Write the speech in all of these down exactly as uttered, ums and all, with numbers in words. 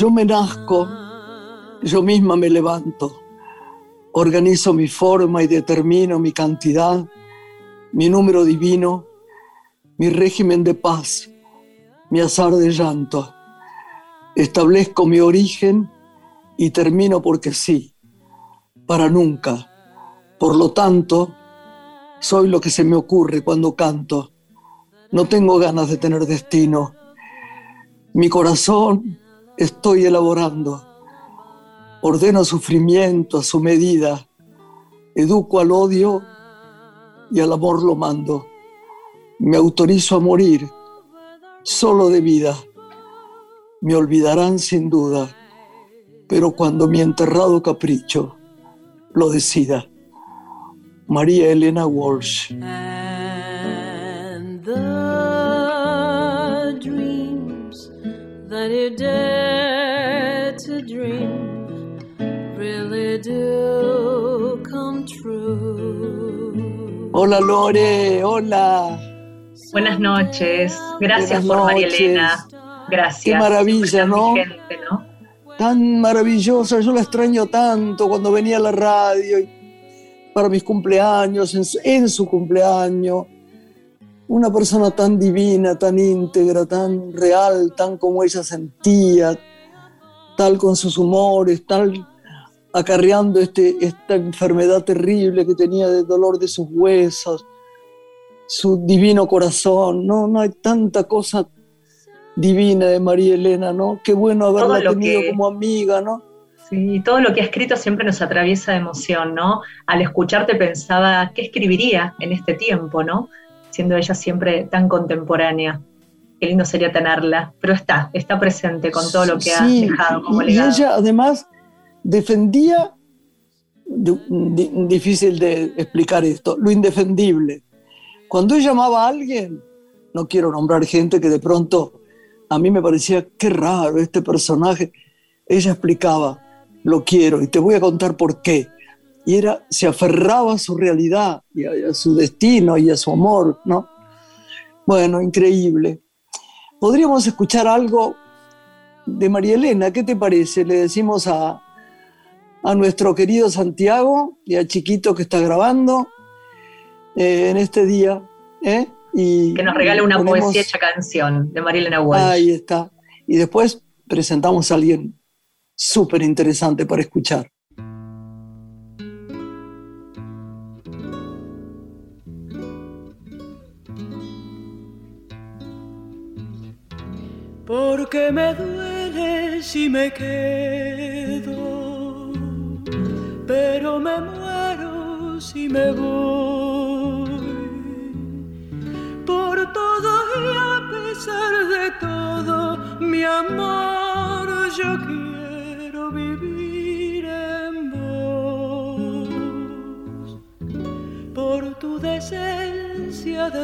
Yo me nazco, yo misma me levanto, organizo mi forma y determino mi cantidad, mi número divino, mi régimen de paz, mi azar de llanto. Establezco mi origen y termino porque sí, para nunca. Por lo tanto, soy lo que se me ocurre cuando canto. No tengo ganas de tener destino. Mi corazón estoy elaborando. Ordeno sufrimiento a su medida. Educo al odio y al amor lo mando. Me autorizo a morir solo de vida. Me olvidarán sin duda, pero cuando mi enterrado capricho lo decida. María Elena Walsh. And the dreams that you dare to dream really do come true. Hola Lore, hola. Buenas noches, gracias Buenas por noches. María Elena. Gracias. Qué maravilla, ¿no? Gente, ¿no? Tan maravillosa, yo la extraño tanto cuando venía a la radio y para mis cumpleaños, en su, en su cumpleaños. Una persona tan divina, tan íntegra, tan real, tan como ella sentía, tal con sus humores, tal acarreando este, esta enfermedad terrible que tenía de dolor de sus huesos, su divino corazón. No, no hay tanta cosa divina de María Elena, ¿no? Qué bueno haberla tenido que, como amiga, ¿no? Sí, todo lo que ha escrito siempre nos atraviesa de emoción, ¿no? Al escucharte pensaba, ¿qué escribiría en este tiempo, no? Siendo ella siempre tan contemporánea. Qué lindo sería tenerla, pero está, está presente con todo lo que sí, ha dejado como y, legado. Y ella además defendía, difícil de explicar esto, lo indefendible. Cuando ella llamaba a alguien, no quiero nombrar gente que de pronto a mí me parecía, qué raro este personaje. Ella explicaba, lo quiero y te voy a contar por qué. Y era, se aferraba a su realidad y a, a su destino y a su amor, ¿no? Bueno, increíble. Podríamos escuchar algo de María Elena, ¿qué te parece? Le decimos a, a nuestro querido Santiago y a Chiquito que está grabando eh, en este día, ¿eh? Y que nos regale una ponemos, poesía hecha canción de María Elena Walsh. Ahí está. Y después presentamos a alguien súper interesante para escuchar. Porque me duele si me quedo, pero me muero si me voy. Por todo y a pesar de todo, mi amor, yo quiero vivir en vos. Por tu decencia de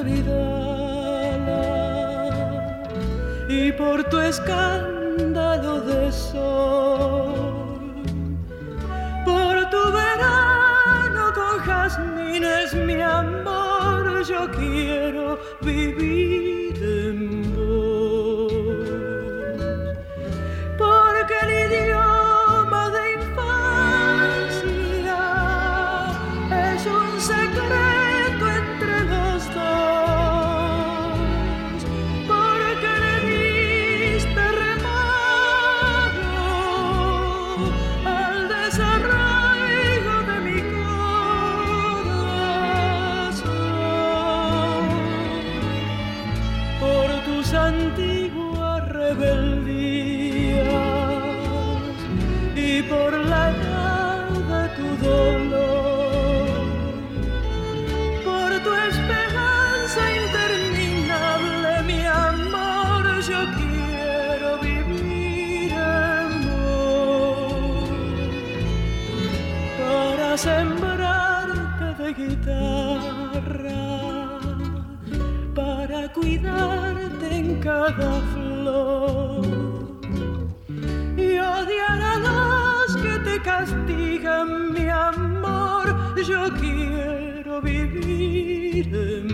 vida y por tu escándalo de sol, por tu verano con jazmines, mi amor, yo quiero vivir en vos. Porque el idioma de infancia es un secreto entre los dos, porque le diste reparo al desarraigo de mi corazón, por tus antiguas rebeldías y por la edad de tu dolor, por tu esperanza interminable, mi amor, yo quiero vivir en vos, para sembrarte de guitarra, para cuidarte en cada flor y odiar a los que te castigan, mi amor, yo quiero vivir en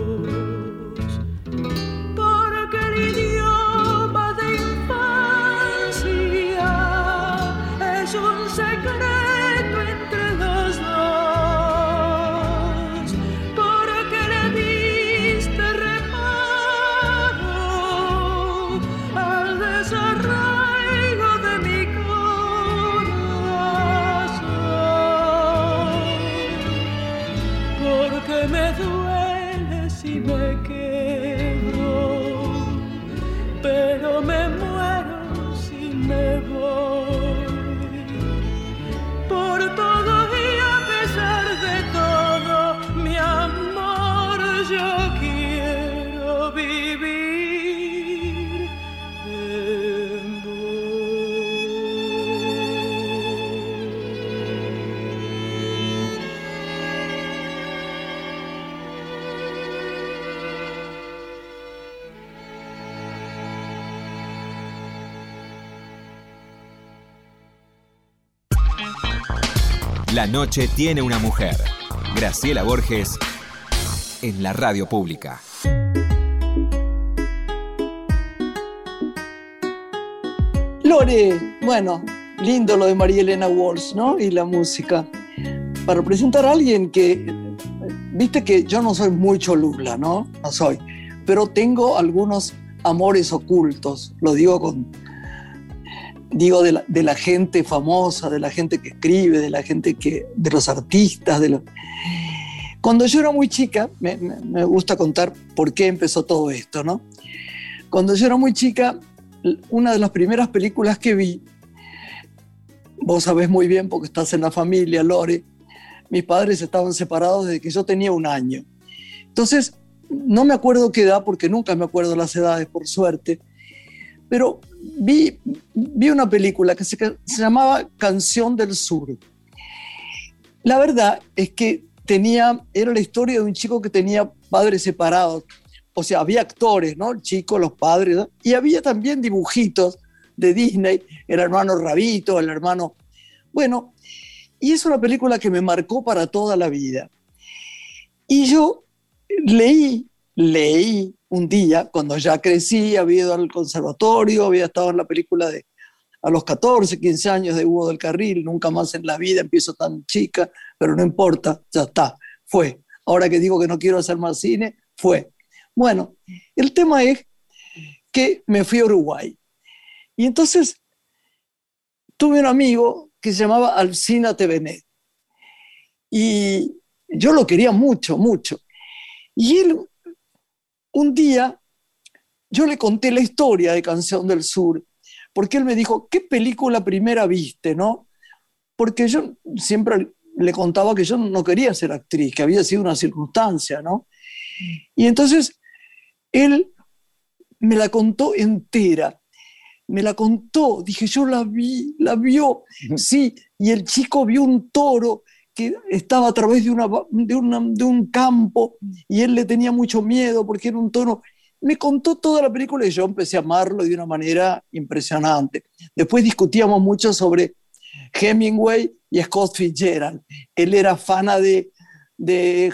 vos. Porque el idioma de infancia La noche tiene una mujer. Graciela Borges en la radio pública. Lore, bueno, lindo lo de María Elena Walsh, ¿no? Y la música. Para presentar a alguien que, viste que yo no soy muy cholula, ¿no? No soy, pero tengo algunos amores ocultos, lo digo con, digo de la, de la gente famosa, de la gente que escribe, de la gente que, de los artistas, de los... Cuando yo era muy chica, me, me, me gusta contar por qué empezó todo esto, ¿no? Cuando yo era muy chica, una de las primeras películas que vi, vos sabés muy bien porque estás en la familia, Lore, mis padres estaban separados desde que yo tenía un año. Entonces, no me acuerdo qué edad, porque nunca me acuerdo las edades, por suerte, pero vi, vi una película que se, que se llamaba Canción del Sur. La verdad es que tenía, era la historia de un chico que tenía padres separados. O sea, había actores, ¿no? El chico, los padres, ¿no? Y había también dibujitos de Disney, el hermano Rabito, el hermano... Bueno, y es una película que me marcó para toda la vida. Y yo leí, leí un día, cuando ya crecí, había ido al conservatorio, había estado en la película de a los catorce, quince años de Hugo del Carril, nunca más en la vida empiezo tan chica, pero no importa, ya está, fue. Ahora que digo que no quiero hacer más cine, fue. Bueno, el tema es que me fui a Uruguay. Y entonces tuve un amigo que se llamaba Alcina Tevenet. Y yo lo quería mucho, mucho. Y él, un día, yo le conté la historia de Canción del Sur, porque él me dijo, ¿qué película primera viste, no? Porque yo siempre le contaba que yo no quería ser actriz, que había sido una circunstancia, ¿no? Y entonces él me la contó entera, me la contó, dije, yo la vi, la vio, sí, y el chico vio un toro que estaba a través de, una, de, una, de un campo y él le tenía mucho miedo porque era un toro. Me contó toda la película y yo empecé a amarlo de una manera impresionante. Después discutíamos mucho sobre Hemingway y Scott Fitzgerald. Él era fana de, de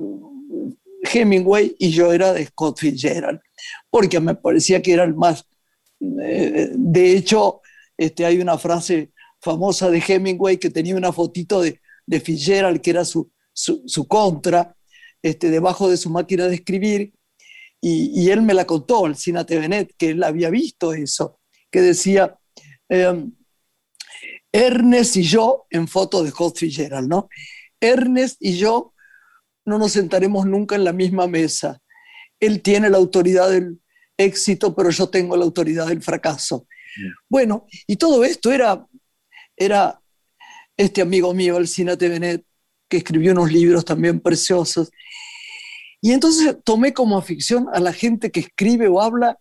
Hemingway y yo era de Scott Fitzgerald, porque me parecía que era el más... Eh, de hecho, este, hay una frase famosa de Hemingway que tenía una fotito de, de Fitzgerald, que era su, su, su contra, este, debajo de su máquina de escribir, y, y él me la contó, Alcina Tevenet, que él había visto eso, que decía... Eh, Ernest y yo, en foto de Scott Fitzgerald, ¿no? Ernest y yo no nos sentaremos nunca en la misma mesa. Él tiene la autoridad del éxito, pero yo tengo la autoridad del fracaso. Yeah. Bueno, y todo esto era, era este amigo mío, Alcina Tevenet, que escribió unos libros también preciosos. Y entonces tomé como afición a la gente que escribe o habla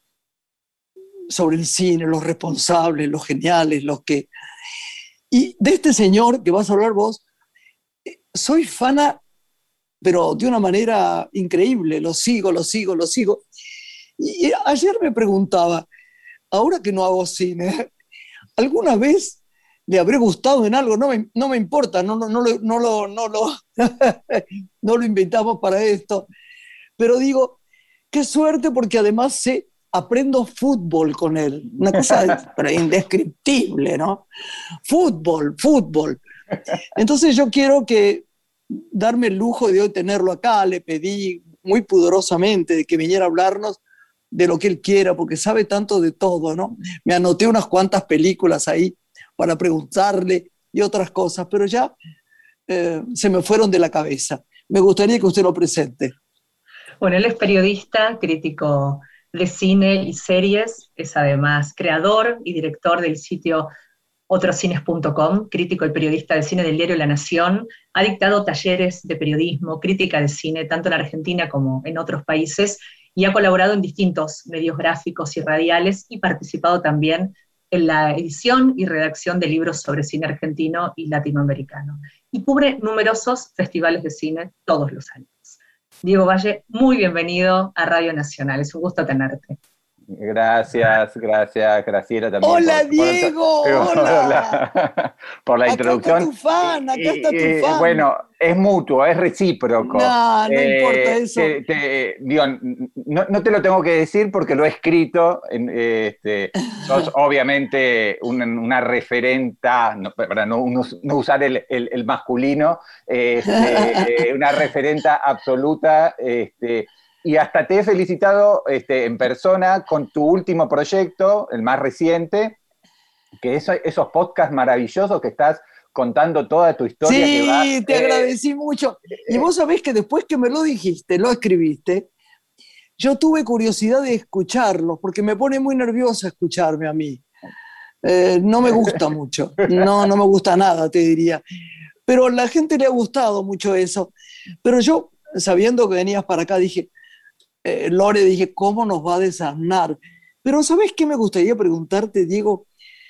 sobre el cine, los responsables, los geniales, los que... Y de este señor que vas a hablar vos, soy fana, pero de una manera increíble, lo sigo, lo sigo, lo sigo. Y ayer me preguntaba, ahora que no hago cine, ¿alguna vez le habré gustado en algo? No me, no me importa, no, no, no, lo, no, lo, no, lo, no lo inventamos para esto. Pero digo, qué suerte, porque además sé... aprendo fútbol con él, una cosa pero indescriptible, ¿no? Fútbol, fútbol. Entonces yo quiero que darme el lujo de hoy tenerlo acá, le pedí muy pudorosamente de que viniera a hablarnos de lo que él quiera, porque sabe tanto de todo, ¿no? Me anoté unas cuantas películas ahí para preguntarle y otras cosas, pero ya eh, se me fueron de la cabeza. Me gustaría que usted lo presente. Bueno, él es periodista, crítico de cine y series, es además creador y director del sitio otrocines punto com, crítico y periodista de cine del diario La Nación, ha dictado talleres de periodismo, crítica de cine, tanto en Argentina como en otros países, y ha colaborado en distintos medios gráficos y radiales, y participado también en la edición y redacción de libros sobre cine argentino y latinoamericano, y cubre numerosos festivales de cine todos los años. Diego Valle, muy bienvenido a Radio Nacional, es un gusto tenerte. Gracias, gracias, Graciela también. Hola, por, Diego, por, por, hola. Por la, por la acá introducción. Está tu fan, acá y, está tu y, fan. Bueno, es mutuo, es recíproco. No, no eh, importa eso. Te, te, digo, no, no te lo tengo que decir porque lo he escrito. En, este, sos obviamente una, una referenta, no, para no, no usar el, el, el masculino, este, una referenta absoluta. Este, Y hasta te he felicitado este, en persona con tu último proyecto, el más reciente, que es esos podcasts maravillosos que estás contando toda tu historia. Sí, que va, te eh, agradecí mucho. Y vos sabés que después que me lo dijiste, lo escribiste, yo tuve curiosidad de escucharlos, porque me pone muy nerviosa escucharme a mí. Eh, no me gusta mucho, no, no me gusta nada, te diría. Pero a la gente le ha gustado mucho eso. Pero yo, sabiendo que venías para acá, dije... Eh, Lore, dije, ¿cómo nos va a desasnar? Pero ¿sabés qué me gustaría preguntarte, Diego?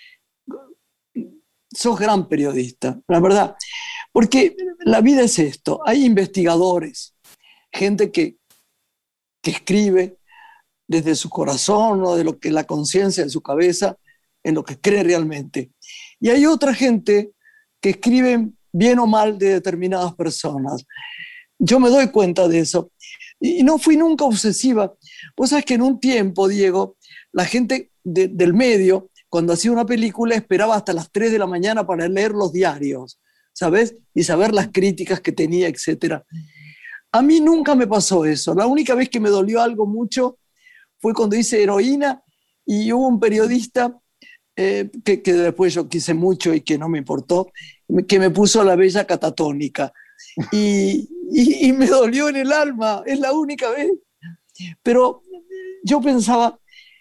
Sos gran periodista, la verdad, porque la vida es esto, hay investigadores, gente que, que escribe desde su corazón o de lo que la conciencia de su cabeza, en lo que cree realmente. Y hay otra gente que escribe bien o mal de determinadas personas. Yo me doy cuenta de eso. Y no fui nunca obsesiva. Vos sabés que en un tiempo, Diego, la gente de, del medio, cuando hacía una película, esperaba hasta las tres de la mañana para leer los diarios, ¿sabés? Y saber las críticas que tenía, etcétera. A mí nunca me pasó eso. La única vez que me dolió algo mucho fue cuando hice Heroína y hubo un periodista eh, que, que después yo quise mucho y que no me importó, que me puso la bella catatónica. Y, y, y me dolió en el alma, es la única vez. Pero yo pensaba,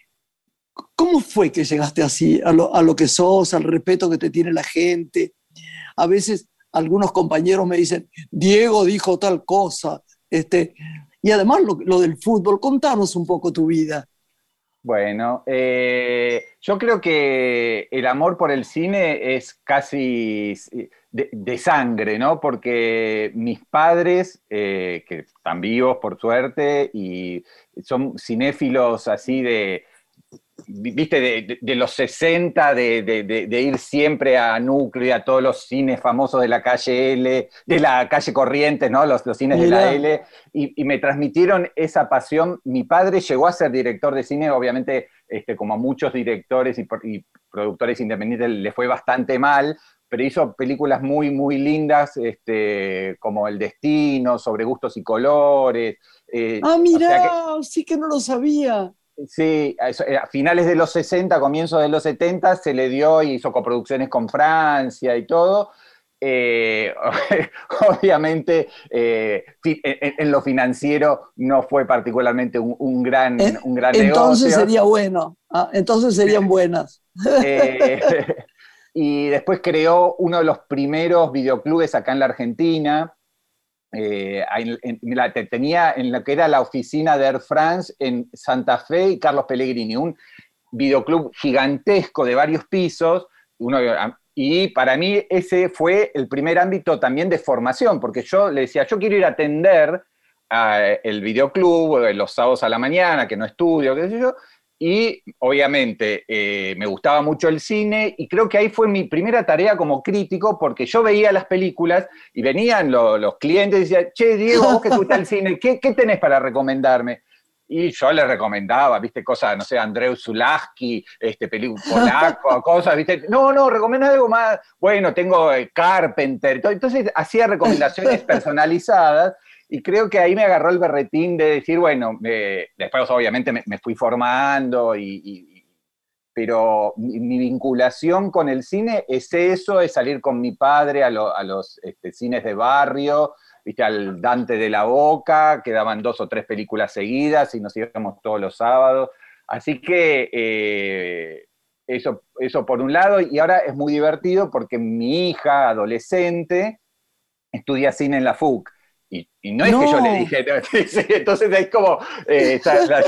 ¿cómo fue que llegaste así a lo, a lo que sos, al respeto que te tiene la gente? A veces algunos compañeros me dicen, Diego dijo tal cosa. Este, y además lo, lo del fútbol, contanos un poco tu vida. Bueno, eh, yo creo que el amor por el cine es casi de, de sangre, ¿no? Porque mis padres, eh, que están vivos por suerte, y son cinéfilos así de, viste, de, de, de los sesenta, de, de, de, de ir siempre a Núcleo y a todos los cines famosos de la calle L, de la calle Corrientes, ¿no? Los, los cines Mira. de la L, y, y me transmitieron esa pasión. Mi padre llegó a ser director de cine, obviamente, este, como a muchos directores y, y productores independientes le fue bastante mal, pero hizo películas muy, muy lindas, este, como El Destino, Sobre Gustos y Colores. Eh, ah, mirá, o sea que, sí que no lo sabía. Sí, a finales de los sesenta, comienzos de los setenta, se le dio y hizo coproducciones con Francia y todo. Eh, obviamente, eh, en, en lo financiero no fue particularmente un, un gran, eh, un gran entonces negocio. Sería bueno, ah, entonces serían buenas. Eh, y después creó uno de los primeros videoclubes acá en la Argentina. Eh, en, en, la, tenía en lo que era la oficina de Air France en Santa Fe y Carlos Pellegrini, un videoclub gigantesco de varios pisos, uno, y para mí ese fue el primer ámbito también de formación, porque yo le decía, yo quiero ir a atender a el videoclub los sábados a la mañana, que no estudio, qué sé yo, y obviamente eh, me gustaba mucho el cine y creo que ahí fue mi primera tarea como crítico, porque yo veía las películas y venían lo, los clientes y decían, che, Diego, vos que te gusta el cine, ¿qué, ¿qué tenés para recomendarme? Y yo le recomendaba, viste, cosas, no sé, Andrzej Zulawski, este, película polaco, cosas, viste, no, no, recomienda algo más, bueno, tengo eh, Carpenter, todo. Entonces hacía recomendaciones personalizadas. Y creo que ahí me agarró el berretín de decir, bueno, eh, después obviamente me, me fui formando, y, y, pero mi, mi vinculación con el cine es eso, es salir con mi padre a, lo, a los este, cines de barrio, viste, al Dante de la Boca, que daban dos o tres películas seguidas y nos íbamos todos los sábados. Así que eh, eso, eso por un lado, y ahora es muy divertido porque mi hija adolescente estudia cine en la F U C. Y, y no es no. que yo le dije, entonces es como eh, esa, la,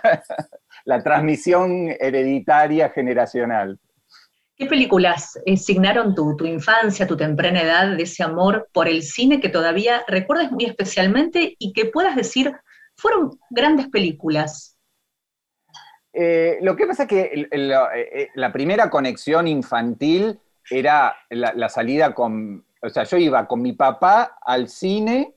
la transmisión hereditaria generacional. ¿Qué películas eh, signaron tu, tu infancia, tu temprana edad, de ese amor por el cine que todavía recuerdas muy especialmente y que puedas decir, fueron grandes películas? Eh, lo que pasa es que el, el, el, la primera conexión infantil era la, la salida con... O sea, yo iba con mi papá al cine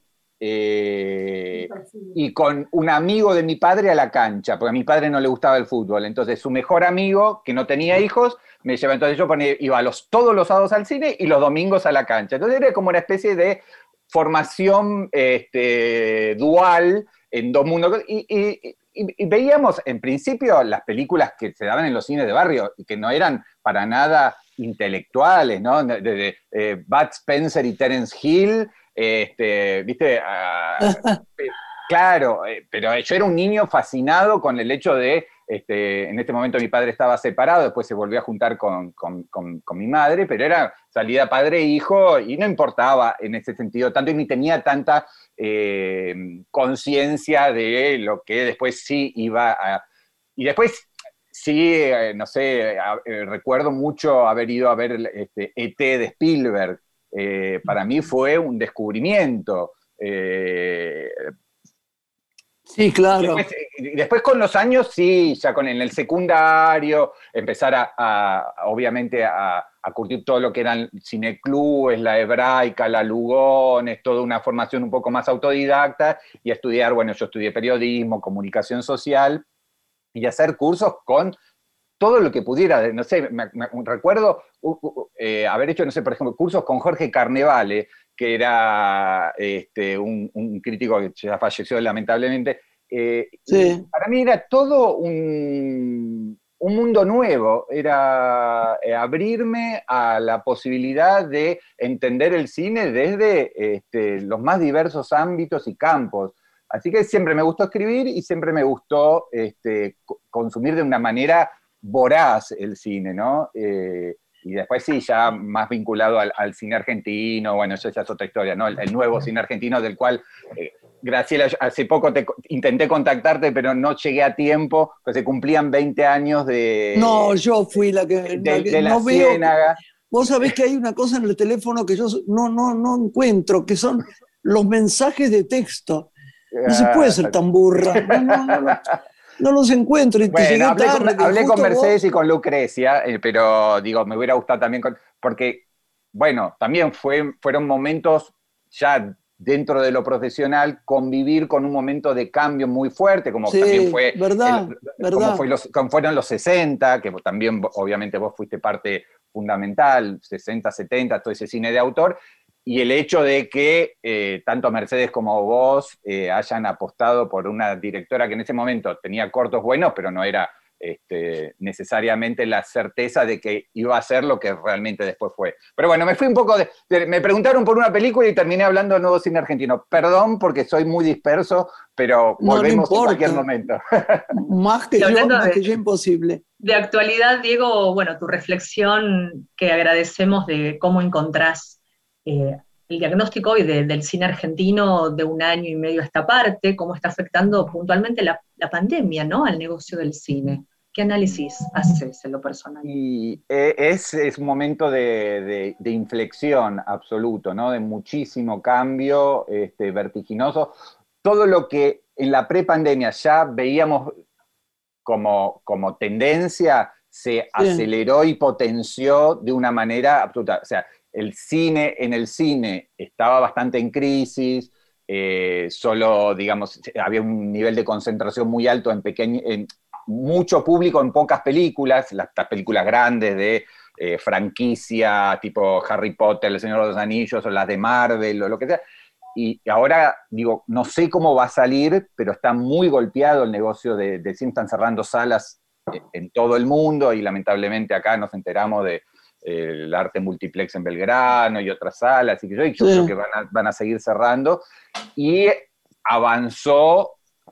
eh, y con un amigo de mi padre a la cancha, porque a mi padre no le gustaba el fútbol. Entonces, su mejor amigo, que no tenía hijos, me llevaba. Entonces, yo ponía, iba los, todos los sábados al cine y los domingos a la cancha. Entonces, era como una especie de formación este, dual en dos mundos. Y, y, y, y veíamos, en principio, las películas que se daban en los cines de barrio y que no eran para nada intelectuales, ¿no? De, de, de eh, Bud Spencer y Terence Hill, este, ¿viste? Uh, claro, eh, pero yo era un niño fascinado con el hecho de, este, en este momento mi padre estaba separado, después se volvió a juntar con, con, con, con mi madre, pero era salida padre e hijo y no importaba en ese sentido tanto y ni tenía tanta eh, conciencia de lo que después sí iba a... Y después... Sí, eh, no sé, eh, recuerdo mucho haber ido a ver este, E T de Spielberg. Eh, para mí fue un descubrimiento. Eh, sí, claro. Después, después con los años, sí, ya con en el secundario, empezar a, a obviamente, a, a curtir todo lo que eran cineclubes, la Hebraica, la Lugones, toda una formación un poco más autodidacta, y a estudiar, bueno, yo estudié periodismo, comunicación social, y hacer cursos con todo lo que pudiera, no sé, me, me recuerdo uh, uh, eh, haber hecho, no sé, por ejemplo, cursos con Jorge Carnevale, que era este, un, un crítico que ya falleció lamentablemente. Eh, sí. Para mí era todo un, un mundo nuevo, era eh, abrirme a la posibilidad de entender el cine desde este, los más diversos ámbitos y campos. Así que siempre me gustó escribir y siempre me gustó este, consumir de una manera voraz el cine, ¿no? Eh, y después sí, ya más vinculado al, al cine argentino, bueno, eso ya es otra historia, ¿no? El, el nuevo cine argentino del cual, eh, Graciela, hace poco te, intenté contactarte, pero no llegué a tiempo, pues se cumplían veinte años de... No, yo fui la que... De, la que de la no veo, Ciénaga. Vos sabés que hay una cosa en el teléfono que yo no, no, no encuentro, que son los mensajes de texto. No se puede ser tan burra. No, no, no, no, no los encuentro. Y bueno, te hablé, tarde, con, hablé con Mercedes vos... y con Lucrecia, eh, pero digo, me hubiera gustado también, con, porque, bueno, también fue, fueron momentos ya dentro de lo profesional, convivir con un momento de cambio muy fuerte, como sí, también fue, verdad, el, verdad. Como, fue los, como fueron los sesenta, que también obviamente vos fuiste parte fundamental, sesenta, setenta, todo ese cine de autor. Y el hecho de que eh, tanto Mercedes como vos eh, hayan apostado por una directora que en ese momento tenía cortos buenos, pero no era este, necesariamente la certeza de que iba a ser lo que realmente después fue. Pero bueno, me fui un poco de, de... Me preguntaron por una película y terminé hablando de nuevo cine argentino. Perdón porque soy muy disperso, pero volvemos no en cualquier momento. Más que yo, más de, que yo imposible. De actualidad, Diego, bueno, tu reflexión que agradecemos de cómo encontrás Eh, el diagnóstico hoy de, del cine argentino de un año y medio a esta parte, cómo está afectando puntualmente la, la pandemia, ¿no?, al negocio del cine. ¿Qué análisis haces en lo personal? Y es, es un momento de, de, de inflexión absoluto, ¿no?, de muchísimo cambio, este, vertiginoso. Todo lo que en la prepandemia ya veíamos como, como tendencia se sí. aceleró y potenció de una manera absoluta. O sea, el cine, en el cine estaba bastante en crisis, eh, solo, digamos, había un nivel de concentración muy alto en, pequeño, en mucho público en pocas películas, las, las películas grandes de eh, franquicia, tipo Harry Potter, El Señor de los Anillos, o las de Marvel, o lo que sea. Y ahora, digo, no sé cómo va a salir, pero está muy golpeado el negocio de, de cine, están cerrando salas en todo el mundo, y lamentablemente acá nos enteramos de el Arte Multiplex en Belgrano y otras salas, y que yo, yo sí. creo que van a, van a seguir cerrando, y avanzó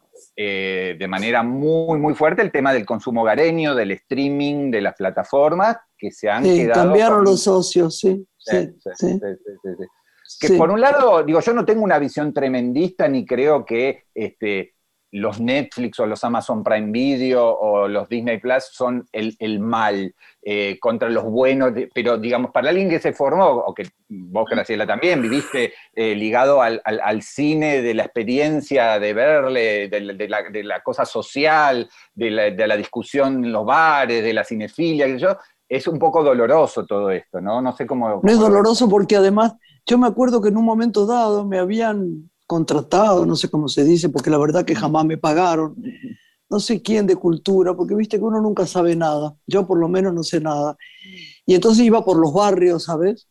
eh, de manera muy, muy fuerte el tema del consumo hogareño, del streaming, de las plataformas, que se han sí, quedado... cambiaron con... los socios, sí. sí, sí, sí. sí, sí, sí, sí. Que sí. Por un lado, digo, yo no tengo una visión tremendista, ni creo que este, los Netflix o los Amazon Prime Video o los Disney Plus son el, el mal eh, contra los buenos, de, pero digamos, para alguien que se formó, o que vos, Graciela, también viviste eh, ligado al, al, al cine, de la experiencia de verle, de, de, la, de la cosa social, de la, de la discusión en los bares, de la cinefilia, que yo, es un poco doloroso todo esto, ¿no? No sé cómo... No es doloroso porque además, yo me acuerdo que en un momento dado me habían contratado, no sé cómo se dice, porque la verdad que jamás me pagaron, no sé quién de cultura, porque viste que uno nunca sabe nada, yo por lo menos no sé nada, y entonces iba por los barrios, ¿sabes?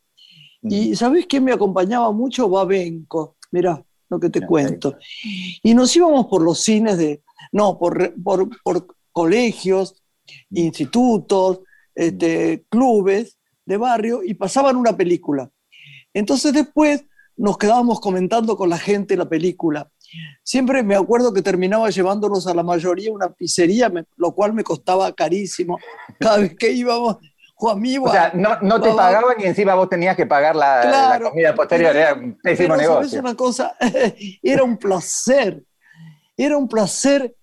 Y ¿sabes quién me acompañaba mucho? Babenco, mirá lo que te no, cuento, y nos íbamos por los cines de, no, por, por, por colegios, institutos, este, clubes de barrio, y pasaban una película. Entonces después nos quedábamos comentando con la gente la película. Siempre me acuerdo que terminaba llevándonos a la mayoría a una pizzería, me, lo cual me costaba carísimo. Cada vez que íbamos, Juan iba, o sea, no, no te pagaban y encima vos tenías que pagar la, claro, la comida posterior, era un pésimo pero, negocio. ¿sabes una cosa? Era un placer, era un placer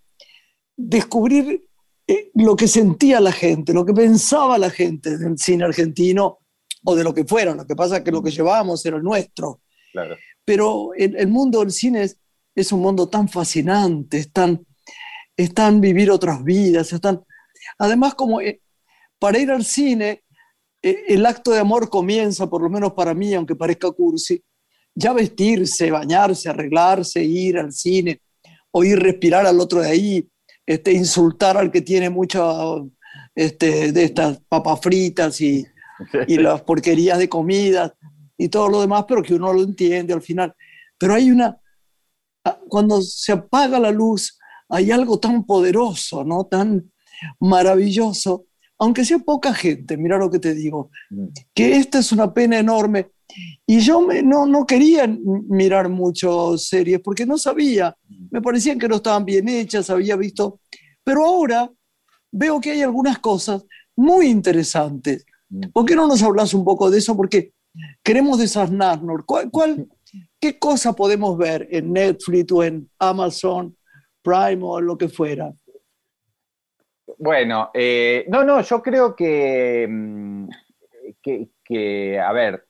descubrir eh, lo que sentía la gente, lo que pensaba la gente del cine argentino o de lo que fuera. Lo que pasa es que lo que llevábamos era el nuestro. Claro. Pero el, el mundo del cine es, es un mundo tan fascinante, es tan, es tan vivir otras vidas, es tan... Además, como eh, para ir al cine, eh, el acto de amor comienza, por lo menos para mí, aunque parezca cursi, ya vestirse, bañarse, arreglarse, ir al cine, oír respirar al otro de ahí, este, insultar al que tiene mucho este, de estas papas fritas y, y las porquerías de comida y todo lo demás, pero que uno lo entiende al final. Pero hay una, cuando se apaga la luz, hay algo tan poderoso, ¿no? Tan maravilloso, aunque sea poca gente, mira lo que te digo, que esta es una pena enorme. Y yo me, no, no quería mirar mucho series, porque no sabía, me parecían que no estaban bien hechas, había visto, pero ahora veo que hay algunas cosas muy interesantes. ¿Por qué no nos hablas un poco de eso? Porque queremos desasnarnos. ¿Cuál, cuál, ¿Qué cosa podemos ver en Netflix o en Amazon Prime o lo que fuera? Bueno, eh, no, no, yo creo que, que, que a ver,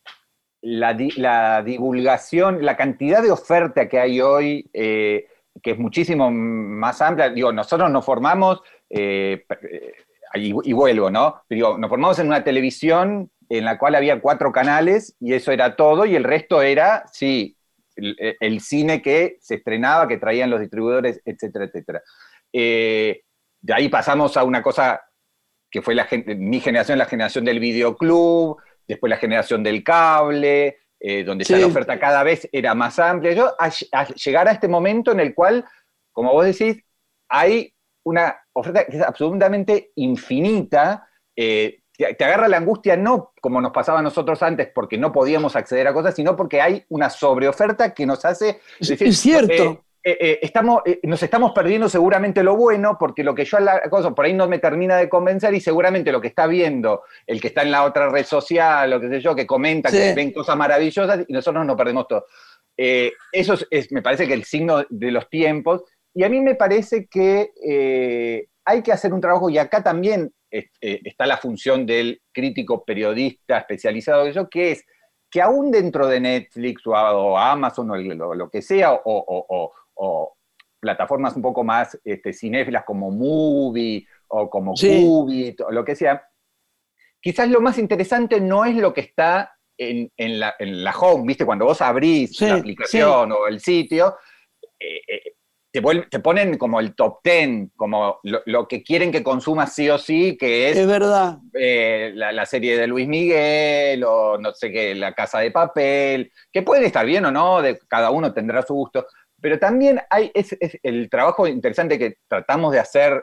la, la divulgación, la cantidad de oferta que hay hoy, eh, que es muchísimo más amplia, digo, nosotros nos formamos, eh, y, y vuelvo, ¿no? Digo, nos formamos en una televisión en la cual había cuatro canales y eso era todo, y el resto era, sí, el, el cine que se estrenaba, que traían los distribuidores, etcétera, etcétera. Eh, de ahí pasamos a una cosa que fue la, mi generación, la generación del videoclub, después la generación del cable, eh, donde sí, ya la oferta cada vez era más amplia. Yo, a, a llegar a este momento en el cual, como vos decís, hay una oferta que es absolutamente infinita, eh, te, te agarra la angustia no como nos pasaba a nosotros antes porque no podíamos acceder a cosas, sino porque hay una sobreoferta que nos hace decir, es cierto. Eh, eh, eh, estamos, eh, nos estamos perdiendo seguramente lo bueno, porque lo que yo a la cosa por ahí no me termina de convencer, y seguramente lo que está viendo el que está en la otra red social, o qué sé yo, que comenta, sí, que ven cosas maravillosas, y nosotros nos perdemos todo. Eh, eso es, es, me parece que el signo de los tiempos, y a mí me parece que eh, hay que hacer un trabajo, y acá también eh, eh, está la función del crítico periodista especializado, que, yo, que es que aún dentro de Netflix o, o Amazon o lo, lo que sea, o, o, o, o plataformas un poco más este, cinéfilas como Movie o como sí, Qubit o lo que sea, quizás lo más interesante no es lo que está en, en, la, en la home, ¿viste? Cuando vos abrís sí, la aplicación sí, o el sitio, eh, eh, te, vuelve, te ponen como el top ten, como lo, lo que quieren que consumas sí o sí, que es, es verdad. Eh, la, la serie de Luis Miguel o no sé qué, La Casa de Papel, que pueden estar bien o no, de, cada uno tendrá su gusto, pero también hay es, es el trabajo interesante que tratamos de hacer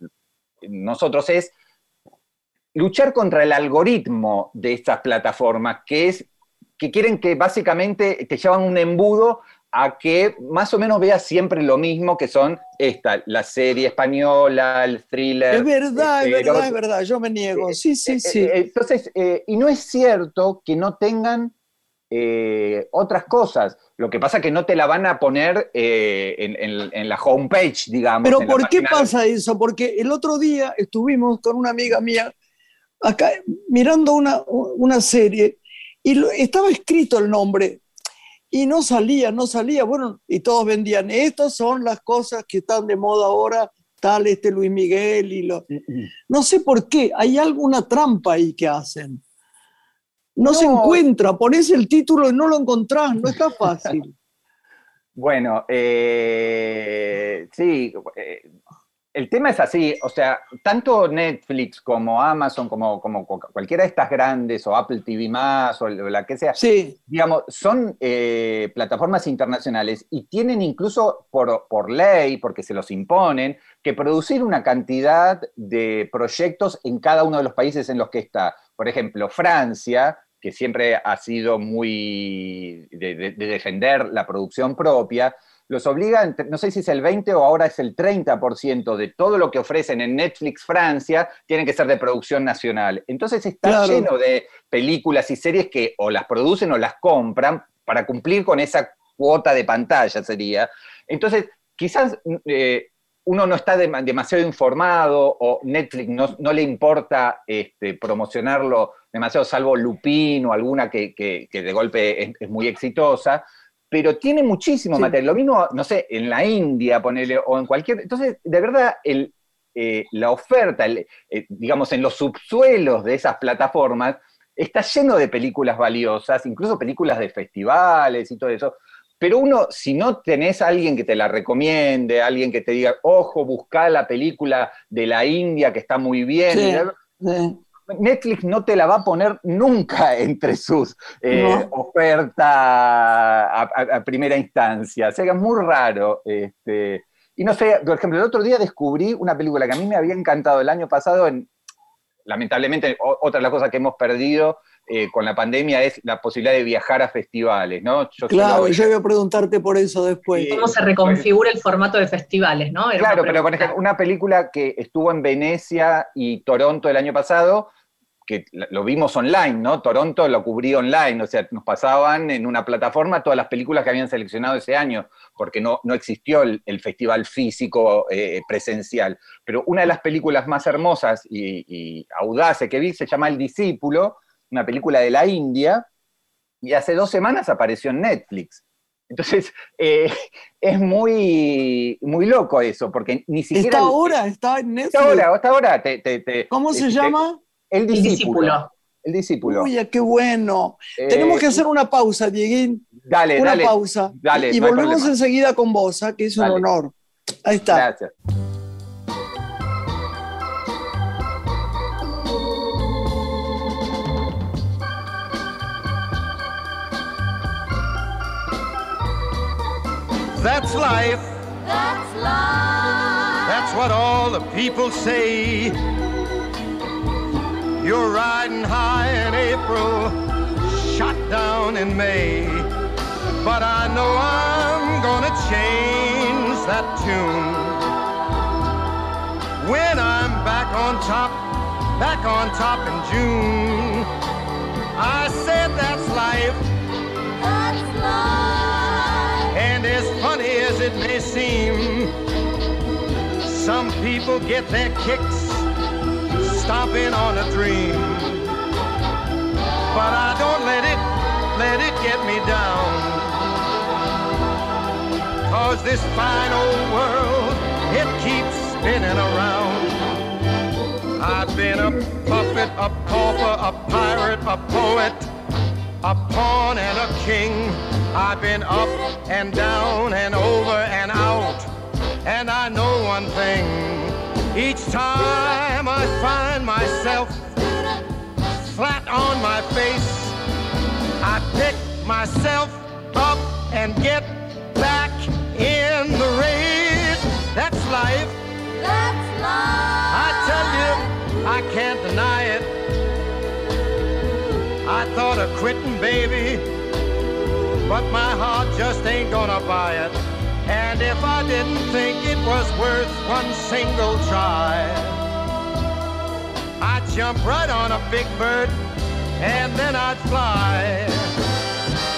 nosotros es luchar contra el algoritmo de estas plataformas, que es que quieren que básicamente te llevan un embudo a que más o menos veas siempre lo mismo, que son esta, la serie española, el thriller. Es verdad, este, es verdad, lo, es verdad, yo me niego, sí, sí, eh, sí. Eh, entonces, eh, y no es cierto que no tengan eh, otras cosas. Lo que pasa es que no te la van a poner eh, en, en, en la homepage, digamos. Pero ¿por qué pasa eso? Porque el otro día estuvimos con una amiga mía acá mirando una, una serie y lo, estaba escrito el nombre y no salía, no salía. Bueno, y todos vendían, estas son las cosas que están de moda ahora, tal este Luis Miguel y lo... No sé por qué, hay alguna trampa ahí que hacen. No, no se encuentra, pones el título y no lo encontrás, no está fácil. Bueno, eh, sí, eh, el tema es así, o sea, tanto Netflix como Amazon, como, como cualquiera de estas grandes, o Apple T V más, o la que sea, sí. digamos, son eh, plataformas internacionales y tienen incluso por, por ley, porque se los imponen, que producir una cantidad de proyectos en cada uno de los países en los que está. Por ejemplo, Francia, que siempre ha sido muy de, de, de defender la producción propia, los obliga, no sé si es el veinte o ahora es el treinta por ciento de todo lo que ofrecen en Netflix Francia, tienen que ser de producción nacional. Entonces está claro. lleno de películas y series que o las producen o las compran para cumplir con esa cuota de pantalla, sería. Entonces, quizás eh, uno no está de, demasiado informado o Netflix no, no le importa este, promocionarlo demasiado, salvo Lupin o alguna que, que, que de golpe es, es muy exitosa, pero tiene muchísimo sí. material. Lo mismo, no sé, en la India, ponele, o en cualquier... Entonces, de verdad, el, eh, la oferta, el, eh, digamos, en los subsuelos de esas plataformas, está lleno de películas valiosas, incluso películas de festivales y todo eso, pero uno, si no tenés a alguien que te la recomiende, alguien que te diga, ojo, buscá la película de la India que está muy bien, sí, sí. Netflix no te la va a poner nunca entre sus eh, no. ofertas a, a, a primera instancia. O sea, es muy raro. Este, y no sé, por ejemplo, el otro día descubrí una película que a mí me había encantado el año pasado. En, lamentablemente, o, otra de las cosas que hemos perdido eh, con la pandemia es la posibilidad de viajar a festivales, ¿no? Yo claro, yo iba a preguntarte por eso después. ¿Cómo se reconfigura el formato de festivales, no? Era claro, pero por ejemplo, una película que estuvo en Venecia y Toronto el año pasado, que lo vimos online, ¿no? Toronto lo cubrí online, o sea, nos pasaban en una plataforma todas las películas que habían seleccionado ese año, porque no, no existió el, el festival físico eh, presencial. Pero una de las películas más hermosas y, y audaces que vi se llama El Discípulo, una película de la India, y hace dos semanas apareció en Netflix. Entonces, eh, es muy, muy loco eso, porque ni siquiera... ¿Está ahora? ¿Está en Netflix? Está ahora, está ahora. Te, te, te, ¿Cómo te, se te, llama? El discípulo. El discípulo. Uy, qué bueno. Eh, Tenemos que hacer una pausa, Dieguín. Dale, una dale. Una pausa. Dale, y no volvemos enseguida con vos, ¿eh? Que es un dale. honor. Ahí está. Gracias. That's life. That's life. That's what all the people say. You're riding high in April, shot down in May. But I know I'm gonna change that tune. When I'm back on top, back on top in June. I said that's life. That's life. And as funny as it may seem, some people get their kicks stomping on a dream. But I don't let it, let it get me down. 'Cause this fine old world, it keeps spinning around. I've been a puppet, a pauper, a pirate, a poet, a pawn and a king. I've been up and down and over and out. And I know one thing, each time I find myself flat on my face, I pick myself up and get back in the race. That's life. That's life. I tell you, I can't deny it. I thought of quitting, baby, but my heart just ain't gonna buy it. And if I didn't think it was worth one single try, I'd jump right on a big bird and then I'd fly.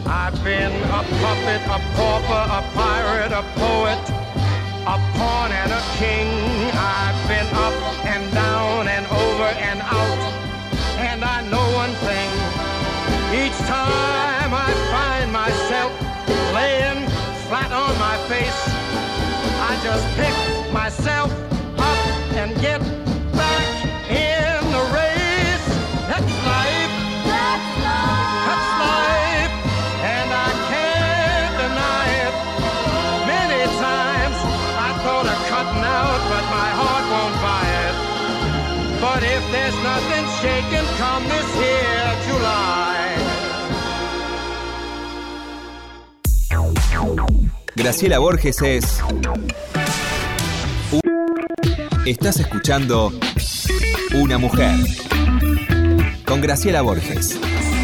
I've been a puppet, a pauper, a pirate, a poet, a pawn and a king. I've been up and down and over and out. And I know one thing, each time I find myself laying flat on my face, I just pick myself up and get back in the race. That's life. That's life. That's life. And I can't deny it. Many times I thought of cutting out, but my heart won't buy it. But if there's nothing shaking come this here July. Graciela Borges es... Estás escuchando Una Mujer con Graciela Borges.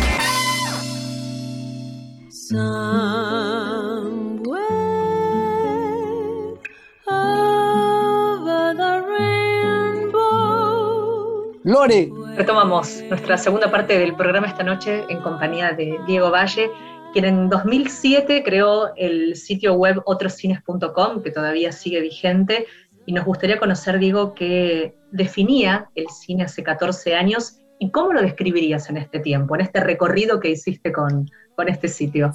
Lore, Retomamos nuestra segunda parte del programa esta noche en compañía de Diego Valle, quien en dos mil siete creó el sitio web otros cines punto com, que todavía sigue vigente, y nos gustaría conocer, Diego, qué definía el cine hace catorce años y cómo lo describirías en este tiempo, en este recorrido que hiciste con, con este sitio.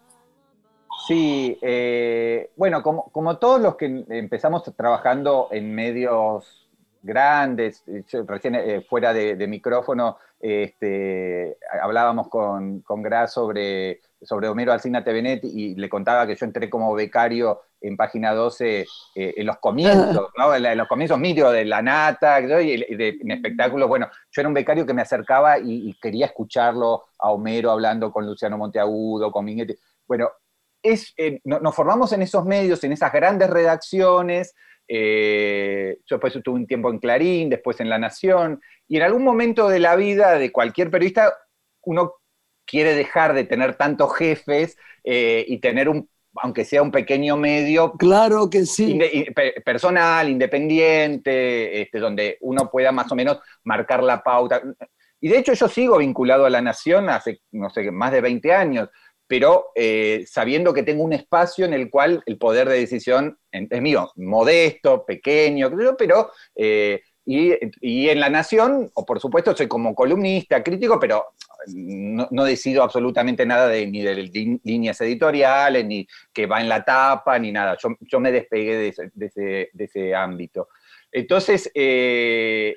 Sí, eh, bueno, como, como todos los que empezamos trabajando en medios grandes, yo recién eh, fuera de, de micrófono, este, hablábamos con, con Gra sobre, sobre Homero Alsina Tevenet y le contaba que yo entré como becario en Página doce eh, en los comienzos, ¿no? en, en los comienzos míticos de La Nata, ¿no? y de, en espectáculos. Bueno, yo era un becario que me acercaba y, y quería escucharlo a Homero hablando con Luciano Monteagudo, con Minguetti. Bueno, es, eh, no, nos formamos en esos medios, en esas grandes redacciones. Eh, yo después estuve un tiempo en Clarín, después en La Nación, y en algún momento de la vida de cualquier periodista uno quiere dejar de tener tantos jefes eh, y tener un, aunque sea un pequeño medio, claro que sí, inde, personal, independiente, este, donde uno pueda más o menos marcar la pauta. Y de hecho yo sigo vinculado a La Nación hace, no sé, más de veinte años, pero eh, sabiendo que tengo un espacio en el cual el poder de decisión es mío, modesto, pequeño, pero eh, y, y en La Nación, o por supuesto soy como columnista, crítico, pero no, no decido absolutamente nada de, ni de líneas editoriales, ni que va en la tapa, ni nada. Yo, yo me despegué de ese, de ese, de ese ámbito. Entonces, eh,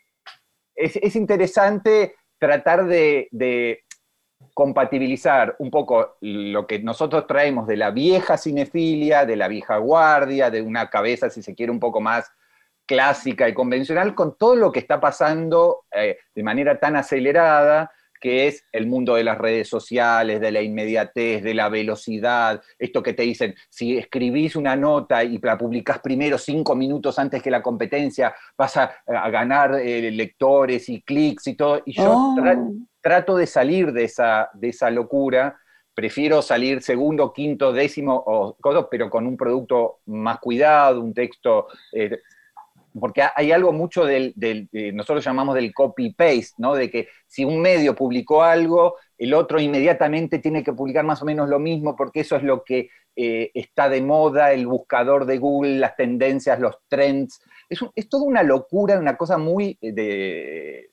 es, es interesante tratar de... de compatibilizar un poco lo que nosotros traemos de la vieja cinefilia, de la vieja guardia, de una cabeza, si se quiere, un poco más clásica y convencional, con todo lo que está pasando eh, de manera tan acelerada, que es el mundo de las redes sociales, de la inmediatez, de la velocidad, esto que te dicen, si escribís una nota y la publicás primero cinco minutos antes que la competencia, vas a, a ganar eh, lectores y clics y todo, y yo Oh. tra- trato de salir de esa, de esa locura, prefiero salir segundo, quinto, décimo, o, cosas, pero con un producto más cuidado, un texto... Eh, porque hay algo mucho del, del eh, nosotros llamamos del copy-paste, ¿no? De que si un medio publicó algo, el otro inmediatamente tiene que publicar más o menos lo mismo, porque eso es lo que eh, está de moda, el buscador de Google, las tendencias, los trends. Es, un, es toda una locura, una cosa muy de...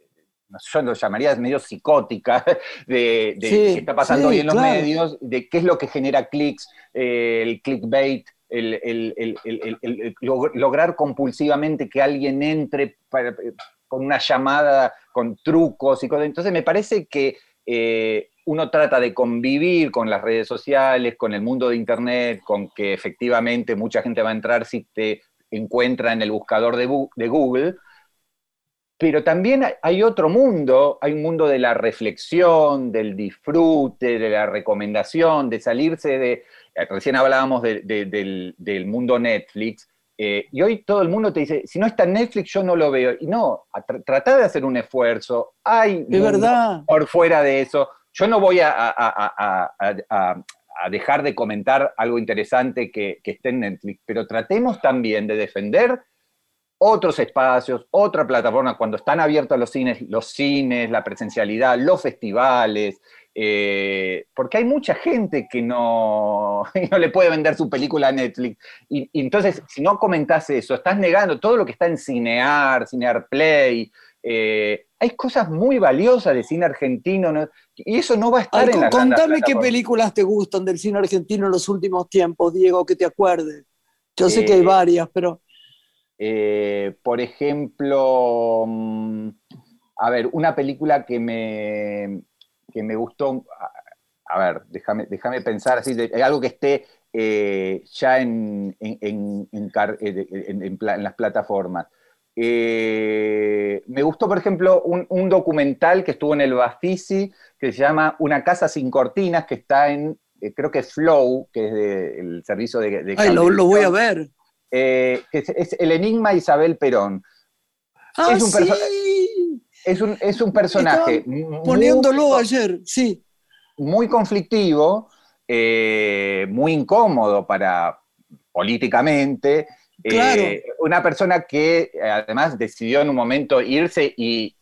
yo lo llamaría medio psicótica, de, de Sí, que está pasando sí, hoy en los claro. medios, de qué es lo que genera clics, eh, el clickbait, el, el, el, el, el, el lograr compulsivamente que alguien entre para, con una llamada, con trucos y cosas. Entonces me parece que eh, uno trata de convivir con las redes sociales, con el mundo de Internet, con que efectivamente mucha gente va a entrar si te encuentra en el buscador de, de Google, pero también hay otro mundo, hay un mundo de la reflexión, del disfrute, de la recomendación, de salirse de... Recién hablábamos de, de, del, del mundo Netflix, eh, y hoy todo el mundo te dice, si no está en Netflix yo no lo veo. Y no, tra tratá de hacer un esfuerzo, hay de verdad por fuera de eso. Yo no voy a, a, a, a, a, a dejar de comentar algo interesante que, que esté en Netflix, pero tratemos también de defender otros espacios, otra plataforma, cuando están abiertos los cines, los cines, la presencialidad, los festivales, Eh, porque hay mucha gente que no, no le puede vender su película a Netflix. Y, y entonces, si no comentás eso, estás negando todo lo que está en Cinear, Cinear Play. Eh, hay cosas muy valiosas de cine argentino, ¿no? Y eso no va a estar Ay, en la contame qué películas te gustan del cine argentino en los últimos tiempos, Diego, que te acuerdes. Yo sé eh, que hay varias, pero... Eh, por ejemplo, mm, a ver, una película que me, que me gustó, a, a ver, déjame, déjame pensar así, de, algo que esté eh, ya en, en, en, en, en, en, en las plataformas. Eh, me gustó, por ejemplo, un, un documental que estuvo en el Bafisi, que se llama Una casa sin cortinas, que está en, eh, creo que es Flow, que es de, el servicio de, de Ay, lo, lo voy a ver. Eh, que es, es El enigma de Isabel Perón. Ah, es, un sí. es, un, es un personaje Estaban poniéndolo muy, ayer, sí. Muy conflictivo, eh, muy incómodo para políticamente. Claro. Eh, una persona que además decidió en un momento irse y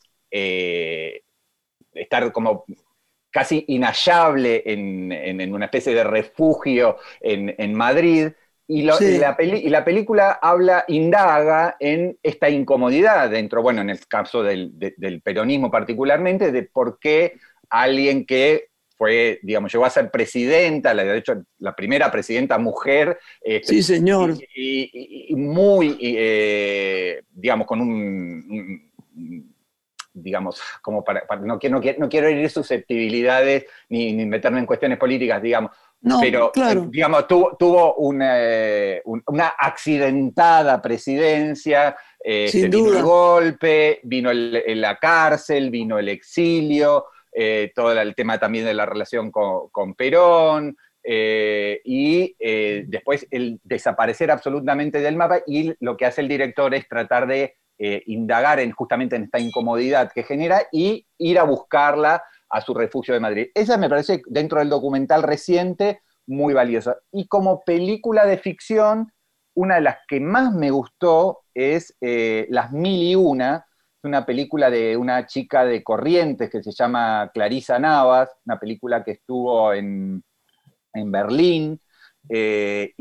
eh, estar como casi inhallable en, en, en una especie de refugio en, en Madrid. Y, lo, sí. la peli, y la película habla, indaga en esta incomodidad dentro, bueno, en el caso del, de, del peronismo particularmente, de por qué alguien que fue, digamos, llegó a ser presidenta, de hecho, la primera presidenta mujer. Este, sí, señor. Y, y, y muy, y, eh, digamos, con un, un digamos, como para, para no, quiero, no, quiero, no quiero herir susceptibilidades ni, ni meterme en cuestiones políticas, digamos, no, pero, claro. eh, digamos, tuvo, tuvo una, eh, un, una accidentada presidencia, eh, Sin este, duda. vino el golpe, vino el, el, la cárcel, vino el exilio, eh, todo el tema también de la relación con, con Perón, eh, y eh, después el desaparecer absolutamente del mapa, y lo que hace el director es tratar de eh, indagar en, justamente en esta incomodidad que genera y ir a buscarla a su refugio de Madrid. Esa me parece, dentro del documental reciente, muy valiosa. Y como película de ficción, una de las que más me gustó es eh, Las Mil y Una, una película de una chica de Corrientes que se llama Clarisa Navas, una película que estuvo en, en Berlín, eh,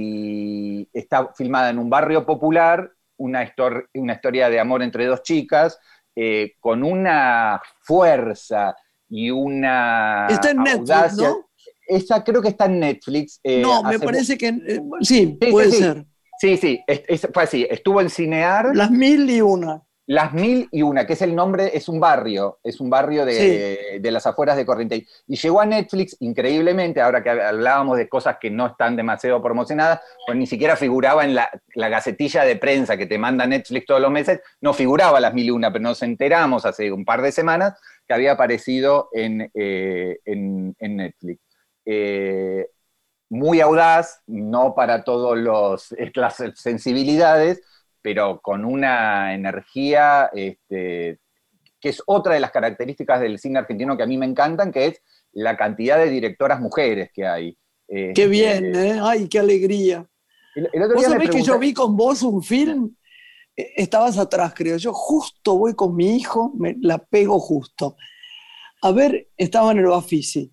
y está filmada en un barrio popular, una, histor- una historia de amor entre dos chicas, eh, con una fuerza y una está en Netflix, audacia. ¿no? Esa creo que está en Netflix. Eh, no, me parece que eh, sí, sí, puede sí, sí. ser. Sí, sí, es, es, fue así. Estuvo en Cinear. Las Mil y Una. Las Mil y Una, que es el nombre, es un barrio, es un barrio de, sí. de las afueras de Corrientes. Y llegó a Netflix, increíblemente, ahora que hablábamos de cosas que no están demasiado promocionadas, pues ni siquiera figuraba en la, la gacetilla de prensa que te manda Netflix todos los meses, no figuraba Las Mil y Una, pero nos enteramos hace un par de semanas que había aparecido en, eh, en, en Netflix. Eh, muy audaz, no para todas las sensibilidades, pero con una energía este, que es otra de las características del cine argentino que a mí me encantan, que es la cantidad de directoras mujeres que hay. Qué este, bien, ¿eh? ¡Ay, qué alegría! El, el otro ¿Vos día sabés pregunté... que yo vi con vos un film? Estabas atrás, creo. Yo justo voy con mi hijo, me la pego justo. A ver, estaba en el Bafisi.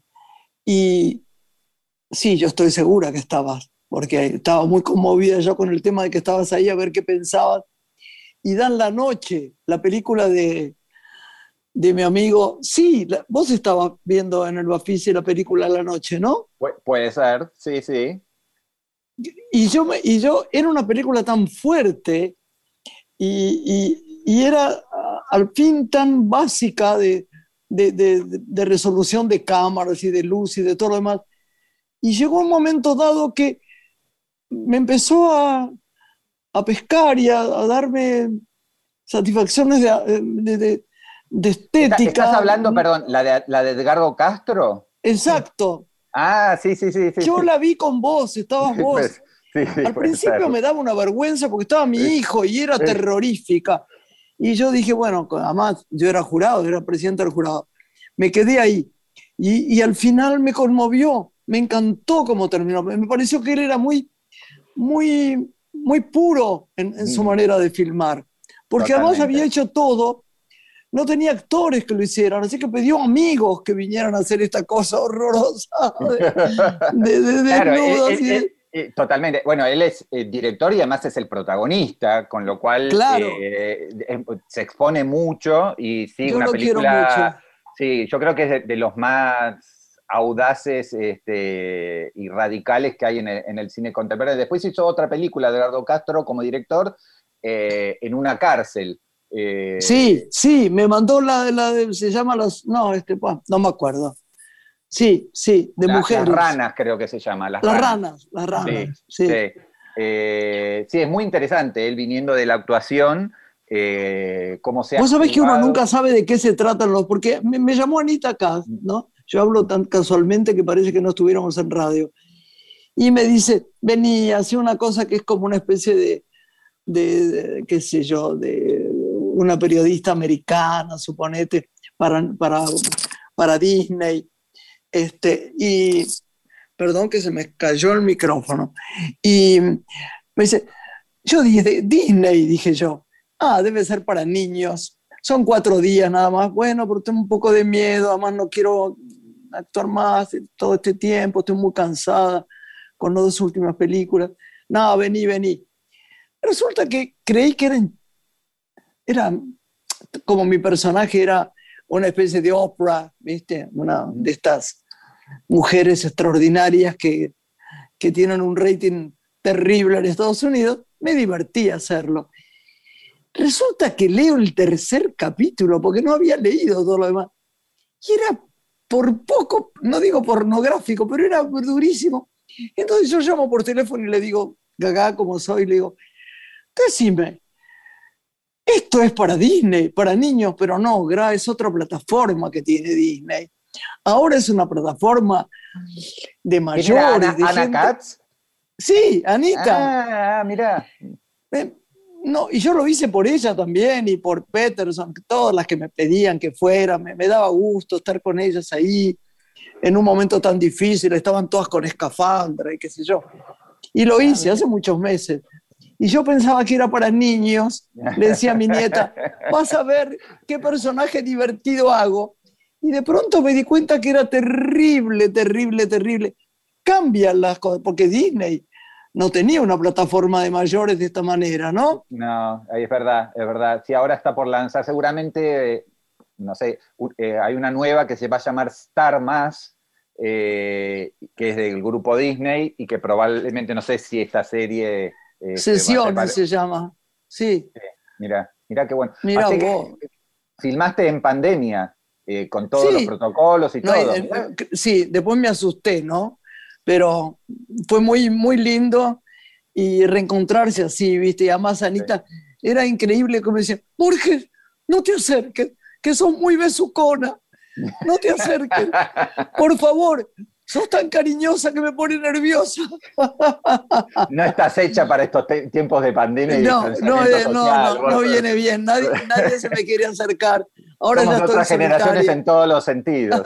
Y sí, yo estoy segura que estabas, porque estaba muy conmovida yo con el tema de que estabas ahí a ver qué pensabas. Y Dan la Noche, la película de, de mi amigo. Sí, la, vos estabas viendo en el Bafisi la película La Noche, ¿no? Pu- puede ser, sí, sí. Y yo, me, y yo era una película tan fuerte y, y, y era al fin tan básica de, de, de, de resolución de cámaras y de luz y de todo lo demás. Y llegó un momento dado que me empezó a, a pescar y a, a darme satisfacciones de, de, de, de estética. ¿Estás hablando, perdón, la de, la de Edgardo Castro? Exacto. Ah, sí, sí, sí. sí Yo sí. la vi con vos, estabas vos. Pues, sí, sí, Al principio ser. me daba una vergüenza porque estaba mi hijo y era terrorífica. Y yo dije, bueno, además yo era jurado, yo era presidente del jurado. Me quedé ahí. Y, y al final me conmovió. Me encantó cómo terminó. Me pareció que él era muy, muy, muy puro en, en su manera de filmar. Porque Totalmente. Además había hecho todo no tenía actores que lo hicieran, así que pidió amigos que vinieran a hacer esta cosa horrorosa de, de, de Claro, desnudos. él- y de- él- él- totalmente. Bueno, él es eh, director y además es el protagonista, con lo cual Claro. eh, eh, se expone mucho y sí, Yo una lo quiero película. mucho. Sí, yo creo que es de, de los más audaces este, y radicales que hay en el, en el cine contemporáneo. Después hizo otra película de Eduardo Castro como director eh, en una cárcel. Eh, Sí, sí, me mandó la, la de, se llama los, no, este, pa, no me acuerdo. Sí, sí, de la- mujeres. Las ranas, creo que se llama. Las, Las ranas. ranas, las ranas, Sí, sí. sí. Eh, sí, es muy interesante, él viniendo de la actuación, eh, cómo se ha Vos sabés que uno jugado. nunca sabe de qué se tratan los, porque me, me llamó Anita acá, ¿no? Yo hablo tan casualmente que parece que no estuviéramos en radio. Y me dice, vení, hacía una cosa que es como una especie de, de, de, qué sé yo, de una periodista americana, suponete, para, para, para Disney. Este, y, perdón que se me cayó el micrófono. Y me dice, yo dije, Disney, dije yo, ah, debe ser para niños. Son cuatro días nada más. Bueno, pero tengo un poco de miedo, además no quiero actuar más todo este tiempo, estoy muy cansada con las dos últimas películas. No, vení, vení. Resulta que creí que era, era como mi personaje era una especie de Oprah, ¿viste? Una de estas mujeres extraordinarias que, que tienen un rating terrible en Estados Unidos. Me divertí hacerlo. Resulta que leo el tercer capítulo, porque no había leído todo lo demás, y era por poco, no digo pornográfico, pero era durísimo. Entonces yo llamo por teléfono y le digo, gaga como soy, le digo, decime, esto es para Disney, para niños, pero no, Gra, es otra plataforma que tiene Disney. Ahora es una plataforma de mayores. ¿Quién era Ana, de Ana gente... Katz? Sí, Anita. Ah, mirá. Eh, no, y yo lo hice por ella también y por Peterson, todas las que me pedían que fuera, me, me daba gusto estar con ellas ahí en un momento tan difícil, estaban todas con escafandra y qué sé yo. Y lo hice hace muchos meses. Y yo pensaba que era para niños, le decía a mi nieta, vas a ver qué personaje divertido hago. Y de pronto me di cuenta que era terrible, terrible, terrible. Cambian las cosas, porque Disney no tenía una plataforma de mayores de esta manera, ¿no? No, es verdad, es verdad. Sí, ahora está por lanzar, seguramente, eh, no sé, eh, hay una nueva que se va a llamar Star Más, eh, que es del grupo Disney, y que probablemente, no sé si esta serie... Eh, Sesiones se, se llama, sí. sí. Mira, mira qué bueno. Mirá Así vos. que filmaste en pandemia, eh, con todos Sí. los protocolos y No, todo. eh, eh, sí, después me asusté, ¿no? Pero fue muy, muy lindo y reencontrarse así, ¿viste? Y además Anita, sí. Era increíble como decía, Borges, no te acerques, que sos muy besucona, no te acerques, por favor, sos tan cariñosa que me pone nerviosa. No estás hecha para estos tiempos de pandemia y no, distanciamiento no, social. No, no, no viene bien, nadie, nadie se me quiere acercar. Ahora Somos ya estoy otras generaciones solitaria. en todos los sentidos.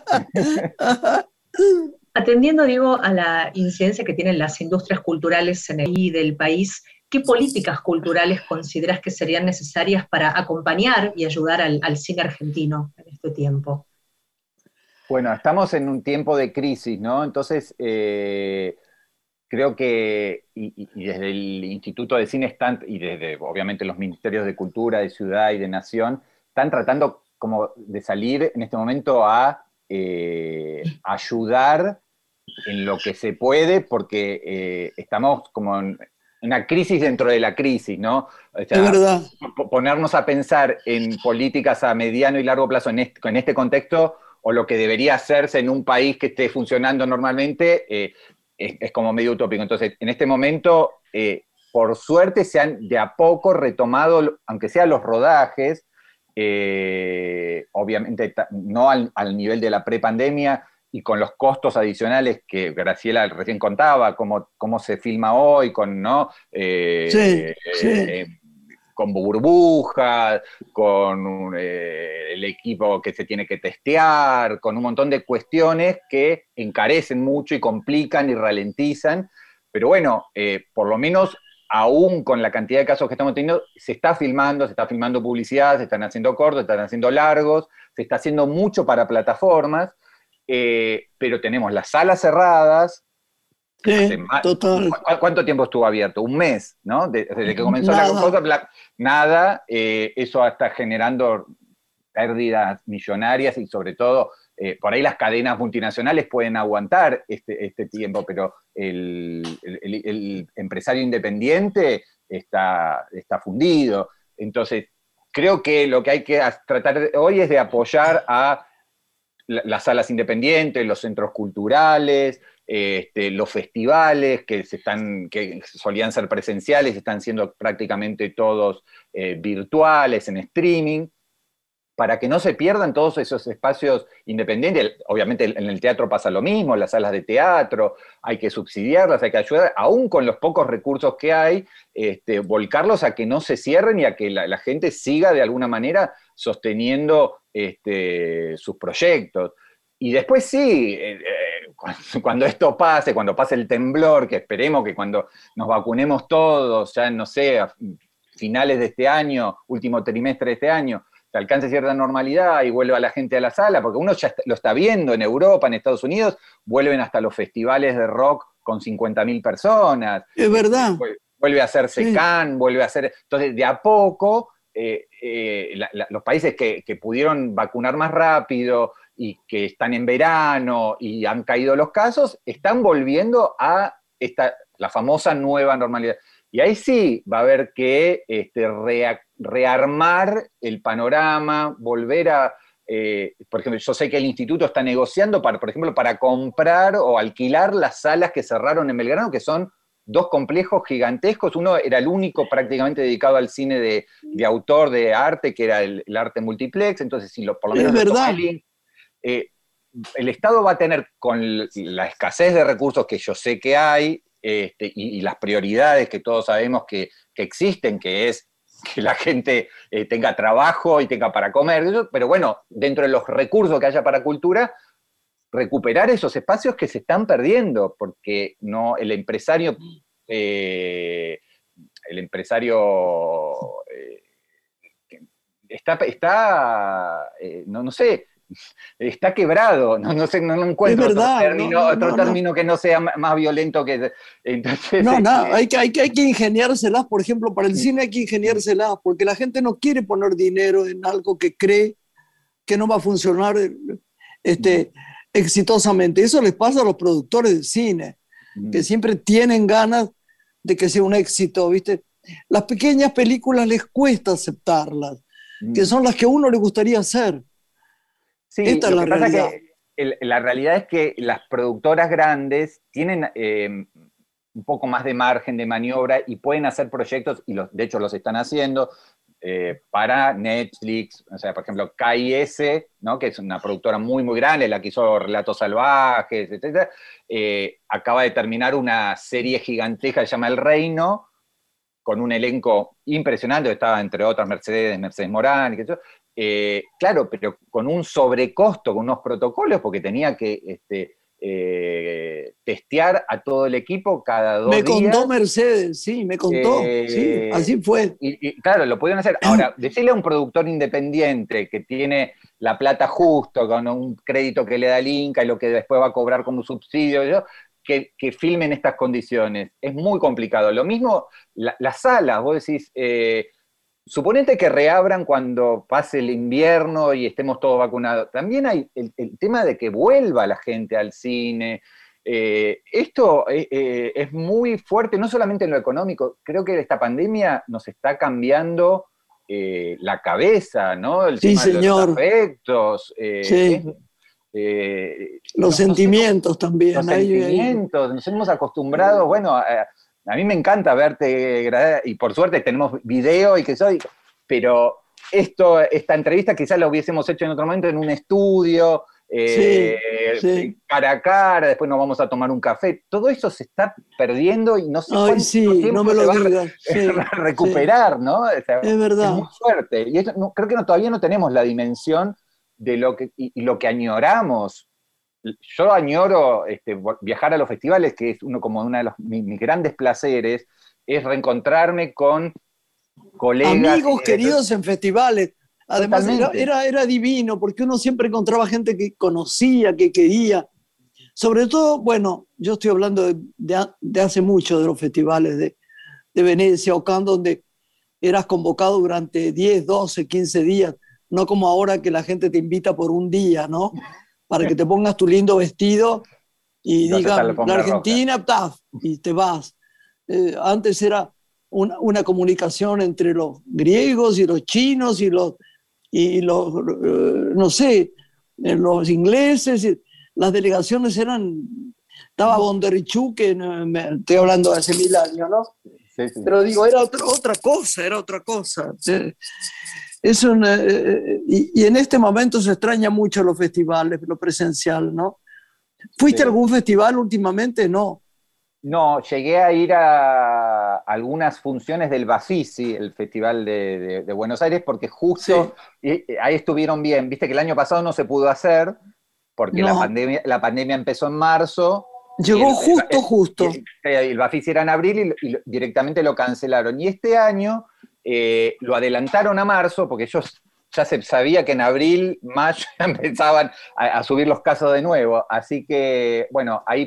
Sí. Atendiendo, digo, a la incidencia que tienen las industrias culturales en el del país, ¿qué políticas culturales consideras que serían necesarias para acompañar y ayudar al, al cine argentino en este tiempo? Bueno, estamos en un tiempo de crisis, ¿no? Entonces, eh, creo que, y, y desde el Instituto de Cine están, y desde, obviamente, los Ministerios de Cultura, de Ciudad y de Nación, están tratando como de salir en este momento a eh, ayudar en lo que se puede, porque eh, estamos como en una crisis dentro de la crisis, ¿no? O sea, es verdad. Ponernos a pensar en políticas a mediano y largo plazo en este, en este contexto, o lo que debería hacerse en un país que esté funcionando normalmente, eh, es, es como medio utópico. Entonces, en este momento, eh, por suerte, se han de a poco retomado, aunque sea los rodajes, eh, obviamente no al, al nivel de la prepandemia, y con los costos adicionales que Graciela recién contaba, cómo, cómo se filma hoy, con, ¿no? Eh, sí, sí. Eh, con burbujas, con eh, el equipo que se tiene que testear, con un montón de cuestiones que encarecen mucho y complican y ralentizan, pero bueno, eh, por lo menos aún con la cantidad de casos que estamos teniendo, se está filmando, se está filmando publicidad, se están haciendo cortos, se están haciendo largos, se está haciendo mucho para plataformas, eh, pero tenemos las salas cerradas. Sí, más, total. ¿cu ¿Cuánto tiempo estuvo abierto? Un mes, ¿no? Desde, desde que comenzó nada. la cosa, la, nada, eh, eso está generando pérdidas millonarias y sobre todo, eh, por ahí las cadenas multinacionales pueden aguantar este, este tiempo, pero el, el, el, el empresario independiente está, está fundido. Entonces, creo que lo que hay que tratar hoy es de apoyar a las salas independientes, los centros culturales, este, los festivales que, se están, que solían ser presenciales, están siendo prácticamente todos eh, virtuales, en streaming, para que no se pierdan todos esos espacios independientes. Obviamente en el teatro pasa lo mismo, las salas de teatro, hay que subsidiarlas, hay que ayudar, aún con los pocos recursos que hay, este, volcarlos a que no se cierren y a que la, la gente siga de alguna manera sosteniendo este, sus proyectos. Y después sí, eh, eh, cuando, cuando esto pase, cuando pase el temblor, que esperemos que cuando nos vacunemos todos, ya no sé, a finales de este año, último trimestre de este año, se alcance cierta normalidad y vuelva la gente a la sala, porque uno ya lo está viendo en Europa, en Estados Unidos, vuelven hasta los festivales de rock con cincuenta mil personas. Es verdad. Vuelve a hacerse Sí. Cannes, vuelve a hacer... Entonces, de a poco, eh, eh, la, la, los países que, que pudieron vacunar más rápido y que están en verano y han caído los casos, están volviendo a esta, la famosa nueva normalidad. Y ahí sí va a haber que este, rea, rearmar el panorama, volver a, eh, por ejemplo, yo sé que el instituto está negociando, para, por ejemplo, para comprar o alquilar las salas que cerraron en Belgrano, que son dos complejos gigantescos. Uno era el único prácticamente dedicado al cine de, de autor, de arte, que era el, el arte multiplex, entonces si lo, por lo menos... Es verdad. El, eh, el Estado va a tener, con la escasez de recursos que yo sé que hay, Este, y, y las prioridades que todos sabemos que, que existen, que es que la gente eh, tenga trabajo y tenga para comer, pero bueno, dentro de los recursos que haya para cultura, recuperar esos espacios que se están perdiendo, porque no, el empresario, eh, el empresario eh, está, está eh, no, no sé, está quebrado, no, no sé, no, no encuentro verdad, otro término, no, no, otro no, término no. que no sea más violento que... Entonces, No, este, no, hay que, hay, que, hay que ingeniárselas, por ejemplo, para el cine hay que ingeniárselas, porque la gente no quiere poner dinero en algo que cree que no va a funcionar este, exitosamente. Eso les pasa a los productores de cine, que siempre tienen ganas de que sea un éxito, ¿viste? Las pequeñas películas les cuesta aceptarlas, que son las que a uno le gustaría hacer. Sí, Esta es lo la que pasa realidad. es que el, la realidad es que las productoras grandes tienen eh, un poco más de margen de maniobra y pueden hacer proyectos, y los, de hecho los están haciendo, eh, para Netflix. O sea, por ejemplo, K I S, ¿no? Que es una productora muy, muy grande, la que hizo Relatos Salvajes, etcétera, eh, acaba de terminar una serie gigantesca que se llama El Reino, con un elenco impresionante, estaba entre otras Mercedes, Mercedes Morán, y qué sé yo. Eh, claro, pero con un sobrecosto, con unos protocolos, porque tenía que este, eh, testear a todo el equipo cada dos Me días. contó Mercedes, sí, me contó, Eh, sí, así fue. Y, y claro, lo pudieron hacer. Ahora, decirle a un productor independiente que tiene la plata justo, con un crédito que le da el Inca y lo que después va a cobrar como subsidio, ¿yo? Que, que filme en estas condiciones. Es muy complicado. Lo mismo, la, las salas, vos decís... Eh, Suponete que reabran cuando pase el invierno y estemos todos vacunados. También hay el, el tema de que vuelva la gente al cine. Eh, esto eh, eh, es muy fuerte, no solamente en lo económico. Creo que esta pandemia nos está cambiando eh, la cabeza, ¿no? El Sí, tema de señor. los afectos. Eh, Sí. es, eh, Los no- sentimientos también. los ahí- ahí. sentimientos, nos hemos acostumbrado, bueno, a, a mí me encanta verte, Gra- y por suerte tenemos video y que soy, pero esto, esta entrevista quizás la hubiésemos hecho en otro momento en un estudio, eh, Sí, sí. cara a cara, después nos vamos a tomar un café, todo eso se está perdiendo y no sé Ay, cuánto sí, tiempo no me se lo va a re- digas. Sí, a recuperar, ¿no? O sea, Es verdad. es muy fuerte, y esto, no, creo que no, todavía no tenemos la dimensión de lo que, y, y lo que añoramos. Yo añoro este, viajar a los festivales, que es uno como uno de los, mis, mis grandes placeres, es reencontrarme con colegas. Amigos eh, queridos en festivales. Además era, Totalmente. era, era divino porque uno siempre encontraba gente que conocía, que quería. Sobre todo, bueno, yo estoy hablando de, de, de hace mucho de los festivales de, de Venecia o Cannes, donde eras convocado durante diez, doce, quince días, no como ahora que la gente te invita por un día, ¿no? Para que te pongas tu lindo vestido y No hace digan tal la alfombra Argentina, taf, y te vas. Eh, antes era una, una comunicación entre los griegos y los chinos y los, y los eh, no sé, eh, los ingleses. Y las delegaciones eran, estaba Bondarchuk, que no, me, estoy hablando de hace mil años, ¿no? Sí, sí. Pero digo, era otra, otra cosa, era otra cosa. Eh, Es un, eh, y, y en este momento se extraña mucho los festivales, lo presencial, ¿no? ¿Fuiste Sí. a algún festival últimamente? No. No, llegué a ir a algunas funciones del Bafisi, el Festival de, de- de Buenos Aires, porque justo y- y ahí estuvieron bien. Viste que el año pasado no se pudo hacer, porque la No. pandemia, la pandemia empezó en marzo. Llegó y el- justo, el- justo. y El, el Bafisi era en abril y, y directamente lo cancelaron. Y este año eh, lo adelantaron a marzo, porque ellos ya se sabía que en abril, mayo empezaban a, a subir los casos de nuevo. Así que, bueno, ahí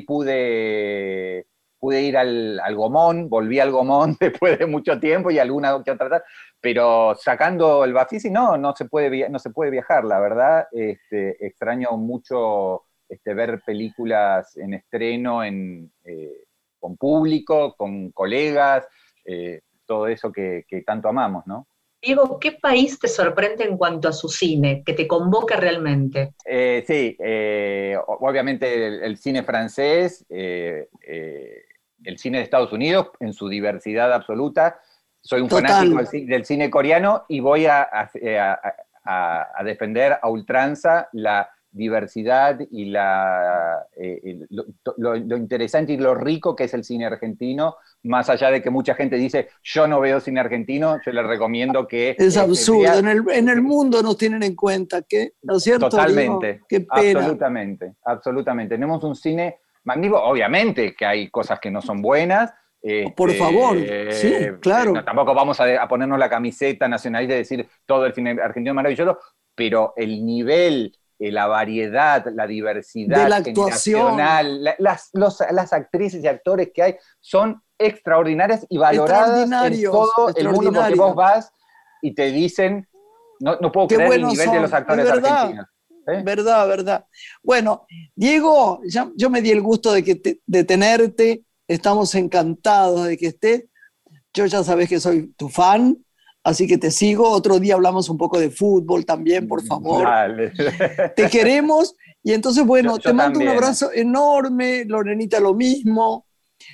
pude, pude ir al, al Gomón, volví al Gomón después de mucho tiempo y alguna que otra, pero sacando el Bafisi, no, no se puede, via- no se puede viajar, la verdad. Este, extraño mucho este, ver películas en estreno en, eh, con público, con colegas, eh, todo eso que, que tanto amamos, ¿no? Diego, ¿qué país te sorprende en cuanto a su cine, que te convoca realmente? Eh, sí, eh, obviamente el, el cine francés, eh, eh, el cine de Estados Unidos en su diversidad absoluta. Soy un Total. fanático del, ci- del cine coreano y voy a, a- a- a- a defender a ultranza la diversidad y la, eh, el- lo, lo- lo interesante y lo rico que es el cine argentino, más allá de que mucha gente dice, yo no veo cine argentino, yo les recomiendo que... Es este, absurdo. vea- En el, en el mundo nos tienen en cuenta, ¿qué? ¿No es cierto? Totalmente, Digo, qué pena. absolutamente, absolutamente. Tenemos un cine magnífico, obviamente que hay cosas que no son buenas. Por este, favor, sí, claro. no, tampoco vamos a, a ponernos la camiseta nacionalista y decir todo el cine argentino es maravilloso, pero el nivel, eh, la variedad, la diversidad De la actuación. generacional, la- las, los- las actrices y actores que hay son extraordinarias y valoradas en Extraordinarios, todo el mundo, porque extraordinarios. vos vas y te dicen, no, no puedo Qué creer el buenos nivel son, de los actores es verdad. argentinos. ¿Eh? Verdad, verdad. Bueno, Diego, ya, yo me di el gusto de, que te- de tenerte. Estamos encantados de que estés. Yo ya sabes que soy tu fan, así que te sigo. Otro día hablamos un poco de fútbol también, por favor. Dale. Te queremos. Y entonces, bueno, Yo- yo te mando también. un abrazo enorme. Lorenita, lo mismo.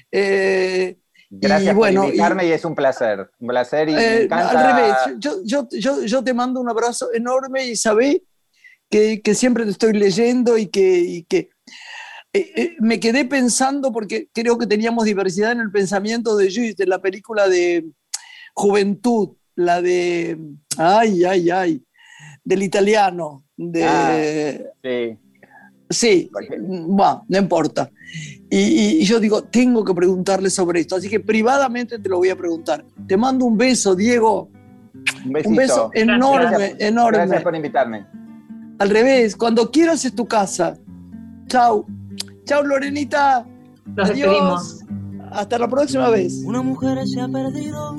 Eh, Gracias y bueno, por invitarme y, es un placer. Un placer y me Eh, encanta. al revés, yo, yo, yo, yo te mando un abrazo enorme y sabé que, que siempre te estoy leyendo y que, y que eh, eh, me quedé pensando porque creo que teníamos diversidad en el pensamiento de Jules, de la película de Juventud, la de, ay, ay, ay, del italiano, de... Ah, sí. Sí, bueno, no importa. Y, y- y yo digo, tengo que preguntarle sobre esto, así que privadamente te lo voy a preguntar. Te mando un beso, Diego. Un besito. Un beso enorme, Gracias- enorme. Gracias por invitarme. Al revés, cuando quieras es tu casa. Chau. Chau, Lorenita. Nos despedimos. Hasta la próxima vez. Una mujer se ha perdido,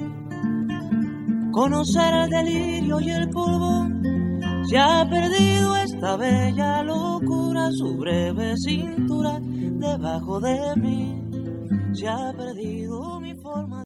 conocer el delirio y el polvo. Se ha perdido esta bella locura, su breve cintura debajo de mí. Se ha perdido mi forma.